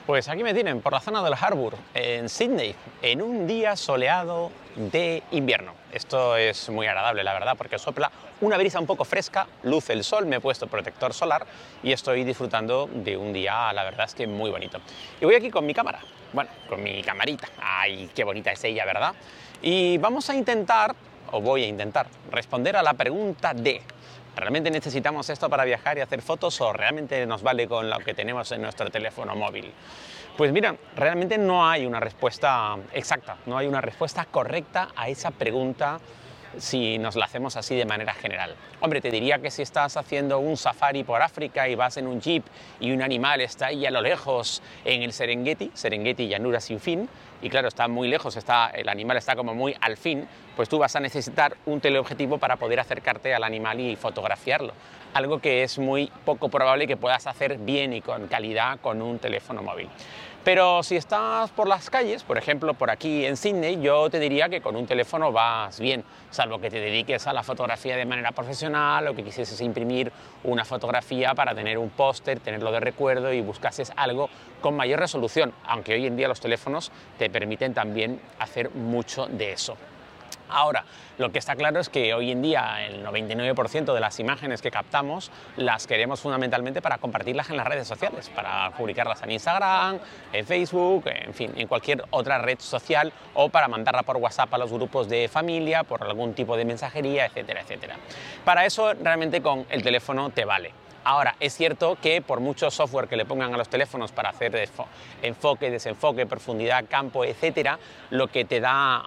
Pues aquí me tienen, por la zona del Harbour, en Sydney, en un día soleado de invierno. Esto es muy agradable, la verdad, porque sopla una brisa un poco fresca, luce el sol, me he puesto protector solar y estoy disfrutando de un día, la verdad es que muy bonito. Y voy aquí con mi cámara, bueno, con mi camarita. ¡Ay, qué bonita es ella!, ¿verdad? Y vamos a intentar, o voy a intentar, responder a la pregunta de: ¿realmente necesitamos esto para viajar y hacer fotos o realmente nos vale con lo que tenemos en nuestro teléfono móvil? Pues mira, realmente no hay una respuesta exacta, no hay una respuesta correcta a esa pregunta si nos la hacemos así de manera general. Hombre, te diría que si estás haciendo un safari por África y vas en un jeep y un animal está ahí a lo lejos en el Serengeti, llanura sin fin, y claro, está muy lejos, el animal está como muy al fin, pues tú vas a necesitar un teleobjetivo para poder acercarte al animal y fotografiarlo. Algo que es muy poco probable que puedas hacer bien y con calidad con un teléfono móvil. Pero si estás por las calles, por ejemplo, por aquí en Sydney, yo te diría que con un teléfono vas bien, salvo que te dediques a la fotografía de manera profesional o que quisieses imprimir una fotografía para tener un póster, tenerlo de recuerdo y buscases algo con mayor resolución, aunque hoy en día los teléfonos te permiten también hacer mucho de eso. Ahora, lo que está claro es que hoy en día el 99% de las imágenes que captamos las queremos fundamentalmente para compartirlas en las redes sociales, para publicarlas en Instagram, en Facebook, en fin, en cualquier otra red social, o para mandarla por WhatsApp a los grupos de familia, por algún tipo de mensajería, etcétera, etcétera. Para eso realmente con el teléfono te vale. Ahora, es cierto que por mucho software que le pongan a los teléfonos para hacer enfoque, desenfoque, profundidad, campo, etcétera, lo que te da,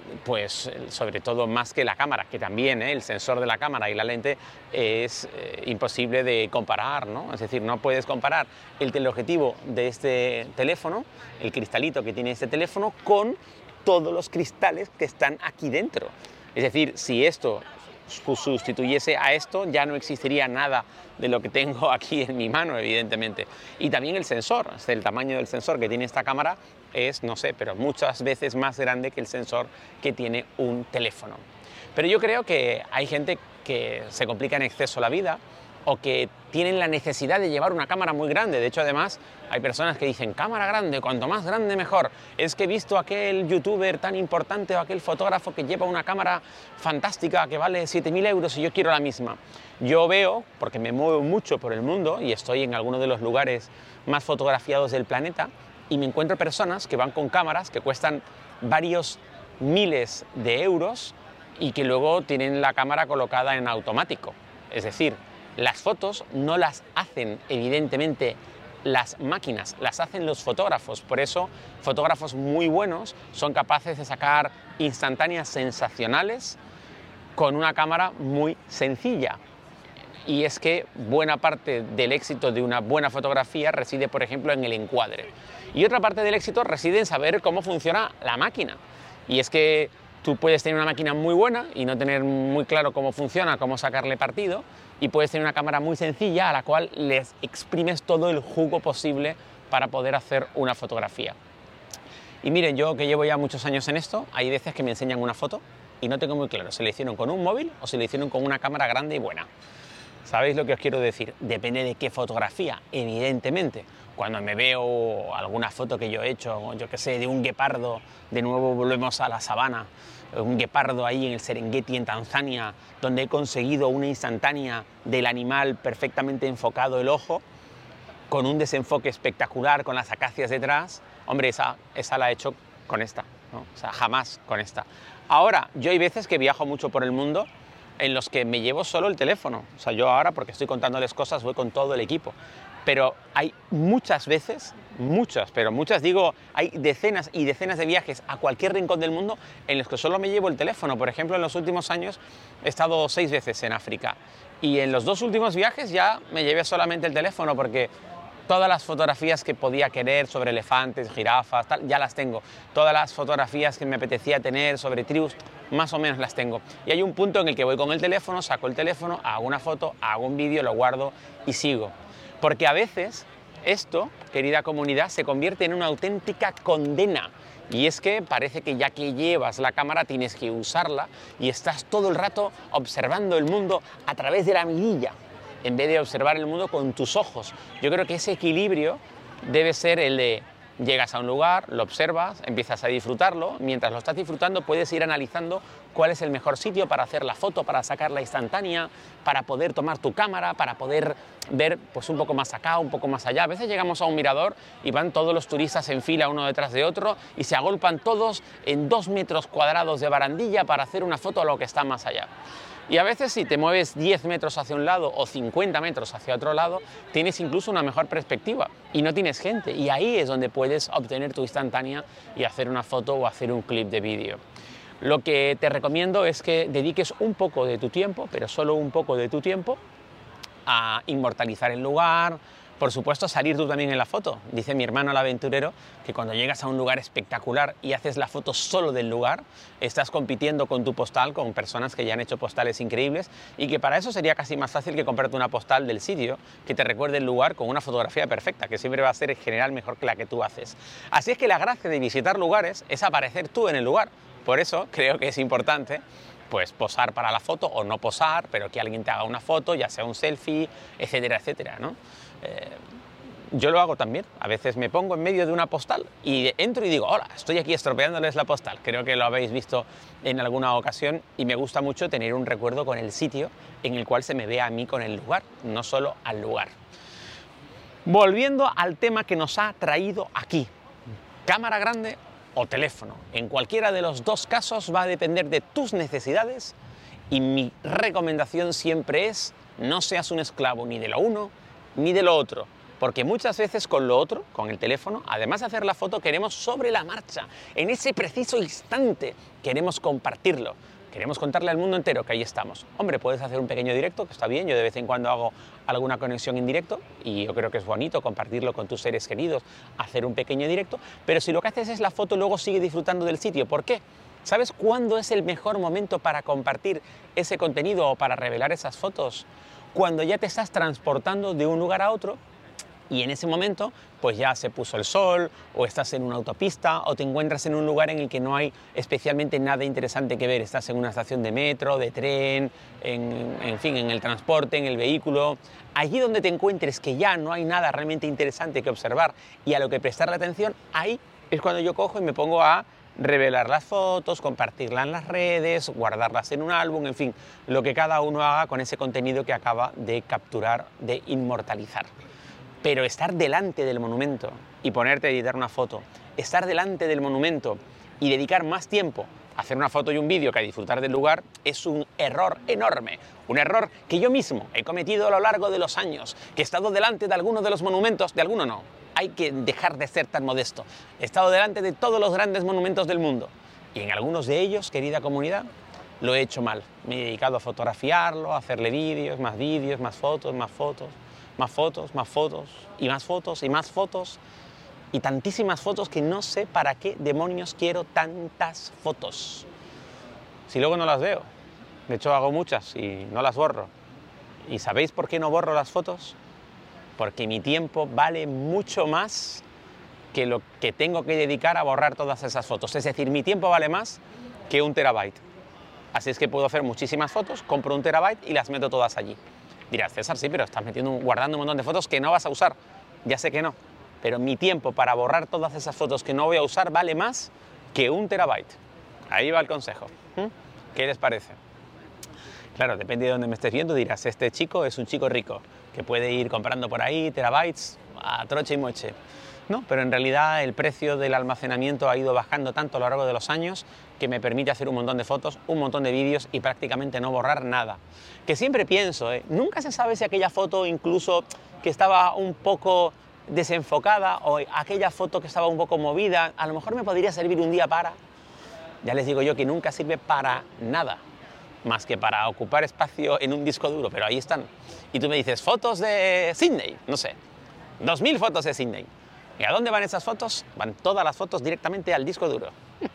pues sobre todo más que la cámara, que también el sensor de la cámara y la lente es imposible de comparar, ¿no? Es decir, no puedes comparar el teleobjetivo de este teléfono, el cristalito que tiene este teléfono, con todos los cristales que están aquí dentro. Es decir, si esto sustituyese a esto, ya no existiría nada de lo que tengo aquí en mi mano, evidentemente. Y también el sensor, el tamaño del sensor que tiene esta cámara es, no sé, pero muchas veces más grande que el sensor que tiene un teléfono. Pero yo creo que hay gente que se complica en exceso la vida o que tienen la necesidad de llevar una cámara muy grande. De hecho, además, hay personas que dicen: cámara grande, cuanto más grande mejor. Es que he visto a aquel youtuber tan importante o aquel fotógrafo que lleva una cámara fantástica que vale 7.000 euros y yo quiero la misma. Yo veo, porque me muevo mucho por el mundo y estoy en algunos de los lugares más fotografiados del planeta, y me encuentro personas que van con cámaras que cuestan varios miles de euros y que luego tienen la cámara colocada en automático. Es decir, las fotos no las hacen evidentemente las máquinas, las hacen los fotógrafos. Por eso, fotógrafos muy buenos son capaces de sacar instantáneas sensacionales con una cámara muy sencilla. Y es que buena parte del éxito de una buena fotografía reside, por ejemplo, en el encuadre. Y otra parte del éxito reside en saber cómo funciona la máquina. Y es que tú puedes tener una máquina muy buena y no tener muy claro cómo funciona, cómo sacarle partido, y puedes tener una cámara muy sencilla a la cual les exprimes todo el jugo posible para poder hacer una fotografía. Y miren, yo que llevo ya muchos años en esto, hay veces que me enseñan una foto y no tengo muy claro si la hicieron con un móvil o si la hicieron con una cámara grande y buena. ¿Sabéis lo que os quiero decir? Depende de qué fotografía, evidentemente. Cuando me veo alguna foto que yo he hecho, yo que sé, de un guepardo, de nuevo volvemos a la sabana, un guepardo ahí en el Serengeti, en Tanzania, donde he conseguido una instantánea del animal perfectamente enfocado el ojo, con un desenfoque espectacular, con las acacias detrás. Hombre, esa la he hecho con esta, ¿no? O sea, jamás con esta. Ahora, yo hay veces que viajo mucho por el mundo en los que me llevo solo el teléfono. O sea, yo ahora, porque estoy contándoles cosas, voy con todo el equipo. Pero hay muchas veces, pero muchas digo, hay decenas y decenas de viajes a cualquier rincón del mundo en los que solo me llevo el teléfono. Por ejemplo, en los últimos años he estado 6 veces en África y en los 2 últimos viajes ya me llevé solamente el teléfono porque todas las fotografías que podía querer sobre elefantes, jirafas, tal, ya las tengo. Todas las fotografías que me apetecía tener sobre tribus, más o menos las tengo. Y hay un punto en el que voy con el teléfono, saco el teléfono, hago una foto, hago un vídeo, lo guardo y sigo. Porque a veces esto, querida comunidad, se convierte en una auténtica condena. Y es que parece que ya que llevas la cámara tienes que usarla y estás todo el rato observando el mundo a través de la mirilla, en vez de observar el mundo con tus ojos. Yo creo que ese equilibrio debe ser el de Llegas a un lugar, lo observas, empiezas a disfrutarlo. Mientras lo estás disfrutando puedes ir analizando cuál es el mejor sitio para hacer la foto, para sacarla instantánea, para poder tomar tu cámara, para poder ver pues, un poco más acá, un poco más allá. A veces llegamos a un mirador y van todos los turistas en fila uno detrás de otro y se agolpan todos en 2 metros cuadrados de barandilla para hacer una foto a lo que está más allá. Y a veces si te mueves 10 metros hacia un lado o 50 metros hacia otro lado, tienes incluso una mejor perspectiva y no tienes gente. Y ahí es donde puedes obtener tu instantánea y hacer una foto o hacer un clip de vídeo. Lo que te recomiendo es que dediques un poco de tu tiempo, pero solo un poco de tu tiempo, a inmortalizar el lugar. Por supuesto, salir tú también en la foto. Dice mi hermano el aventurero que cuando llegas a un lugar espectacular y haces la foto solo del lugar, estás compitiendo con tu postal, con personas que ya han hecho postales increíbles y que para eso sería casi más fácil que comprarte una postal del sitio que te recuerde el lugar con una fotografía perfecta, que siempre va a ser en general mejor que la que tú haces. Así es que la gracia de visitar lugares es aparecer tú en el lugar. Por eso creo que es importante pues posar para la foto o no posar, pero que alguien te haga una foto, ya sea un selfie, etcétera, etcétera, ¿no? Yo lo hago también. A veces me pongo en medio de una postal y entro y digo, hola, estoy aquí estropeándoles la postal. Creo que lo habéis visto en alguna ocasión y me gusta mucho tener un recuerdo con el sitio en el cual se me ve a mí con el lugar, no solo al lugar. Volviendo al tema que nos ha traído aquí, cámara grande o teléfono. En cualquiera de los dos casos va a depender de tus necesidades y mi recomendación siempre es no seas un esclavo ni de lo uno ni de lo otro, porque muchas veces con lo otro, con el teléfono, además de hacer la foto, queremos sobre la marcha, en ese preciso instante, queremos compartirlo, queremos contarle al mundo entero que ahí estamos. Hombre, puedes hacer un pequeño directo, que está bien, yo de vez en cuando hago alguna conexión en directo y yo creo que es bonito compartirlo con tus seres queridos, hacer un pequeño directo, pero si lo que haces es la foto, luego sigue disfrutando del sitio. ¿Por qué? ¿Sabes cuándo es el mejor momento para compartir ese contenido o para revelar esas fotos? Cuando ya te estás transportando de un lugar a otro y en ese momento pues ya se puso el sol o estás en una autopista o te encuentras en un lugar en el que no hay especialmente nada interesante que ver. Estás en una estación de metro, de tren, en fin, en el transporte, en el vehículo. Allí donde te encuentres que ya no hay nada realmente interesante que observar y a lo que prestarle atención, ahí es cuando yo cojo y me pongo a revelar las fotos, compartirlas en las redes, guardarlas en un álbum, en fin, lo que cada uno haga con ese contenido que acaba de capturar, de inmortalizar. Pero estar delante del monumento y ponerte a editar una foto, estar delante del monumento y dedicar más tiempo a hacer una foto y un vídeo que a disfrutar del lugar es un error enorme. Un error que yo mismo he cometido a lo largo de los años, que he estado delante de algunos de los monumentos, de alguno no. Hay que dejar de ser tan modesto. He estado delante de todos los grandes monumentos del mundo y en algunos de ellos, querida comunidad, lo he hecho mal. Me he dedicado a fotografiarlo, a hacerle vídeos, más fotos, más fotos, más fotos, más fotos y más fotos y más fotos y tantísimas fotos que no sé para qué demonios quiero tantas fotos. Si luego no las veo. De hecho hago muchas y no las borro. ¿Y sabéis por qué no borro las fotos? Porque mi tiempo vale mucho más que lo que tengo que dedicar a borrar todas esas fotos. Es decir, mi tiempo vale más que 1 terabyte. Así es que puedo hacer muchísimas fotos, compro 1 terabyte y las meto todas allí. Dirás, César, sí, pero estás guardando un montón de fotos que no vas a usar. Ya sé que no, pero mi tiempo para borrar todas esas fotos que no voy a usar vale más que 1 terabyte. Ahí va el consejo. ¿Qué les parece? Claro, depende de dónde me estés viendo, dirás, este chico es un chico rico, que puede ir comprando por ahí terabytes a troche y moche. No, pero en realidad el precio del almacenamiento ha ido bajando tanto a lo largo de los años que me permite hacer un montón de fotos, un montón de vídeos y prácticamente no borrar nada. Que siempre pienso, nunca se sabe si aquella foto incluso que estaba un poco desenfocada o aquella foto que estaba un poco movida, a lo mejor me podría servir un día para... Ya les digo yo que nunca sirve para nada, más que para ocupar espacio en un disco duro, pero ahí están. Y tú me dices, fotos de Sydney, no sé, 2000 fotos de Sydney. ¿Y a dónde van esas fotos? Van todas las fotos directamente al disco duro.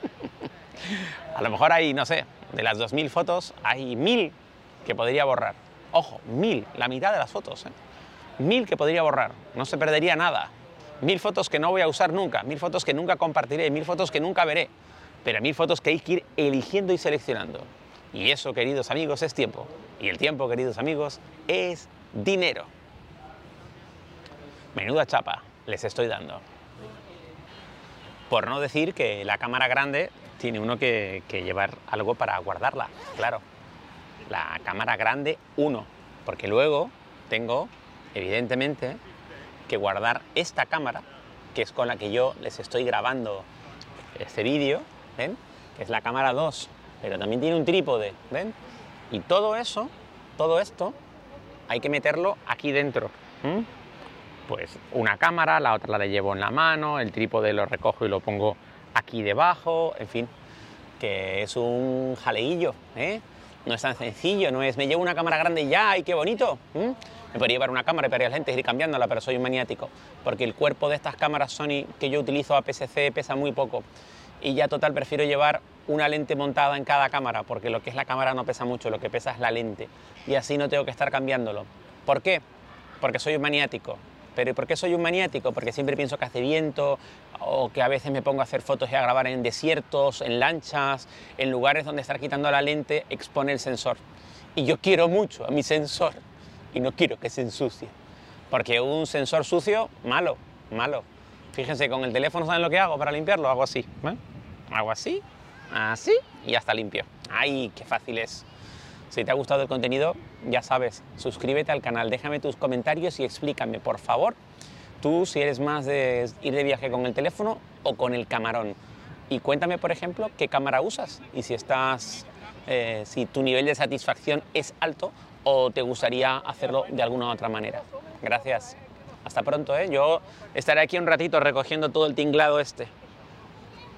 A lo mejor hay, no sé, de las 2000 fotos, hay 1000 que podría borrar. Ojo, 1000, la mitad de las fotos, 1000 que podría borrar, no se perdería nada. 1000 fotos que no voy a usar nunca, 1000 fotos que nunca compartiré, 1000 fotos que nunca veré, pero 1000 fotos que hay que ir eligiendo y seleccionando. Y eso, queridos amigos, es tiempo. Y el tiempo, queridos amigos, es dinero. Menuda chapa les estoy dando. Por no decir que la cámara grande tiene uno que llevar algo para guardarla, claro. La cámara grande, uno, porque luego tengo, evidentemente, que guardar esta cámara, que es con la que yo les estoy grabando este vídeo, ¿ven? Que es la cámara 2, pero también tiene un trípode, ¿ven? Y todo eso, todo esto, hay que meterlo aquí dentro. Pues una cámara, la otra la llevo en la mano, el trípode lo recojo y lo pongo aquí debajo, en fin, que es un jaleillo, ¿eh? No es tan sencillo, no es me llevo una cámara grande y ya, ¡ay, qué bonito! Me podría llevar una cámara y varias lentes y ir cambiándola, pero soy un maniático, porque el cuerpo de estas cámaras Sony que yo utilizo APS-C pesa muy poco y ya total prefiero llevar una lente montada en cada cámara, porque lo que es la cámara no pesa mucho, lo que pesa es la lente y así no tengo que estar cambiándolo. ¿Por qué? Porque soy un maniático. ¿Pero por qué soy un maniático? Porque siempre pienso que hace viento o que a veces me pongo a hacer fotos y a grabar en desiertos, en lanchas, en lugares donde estar quitando la lente expone el sensor. Y yo quiero mucho a mi sensor y no quiero que se ensucie. Porque un sensor sucio, malo, malo. Fíjense, con el teléfono, ¿saben lo que hago para limpiarlo? Hago así, ¿eh? Hago así, así y ya está limpio. ¡Ay, qué fácil es! Si te ha gustado el contenido, ya sabes, suscríbete al canal, déjame tus comentarios y explícame, por favor, tú si eres más de ir de viaje con el teléfono o con el camarón. Y cuéntame, por ejemplo, qué cámara usas y si si tu nivel de satisfacción es alto o te gustaría hacerlo de alguna otra manera. Gracias. Hasta pronto, ¿eh? Yo estaré aquí un ratito recogiendo todo el tinglado este.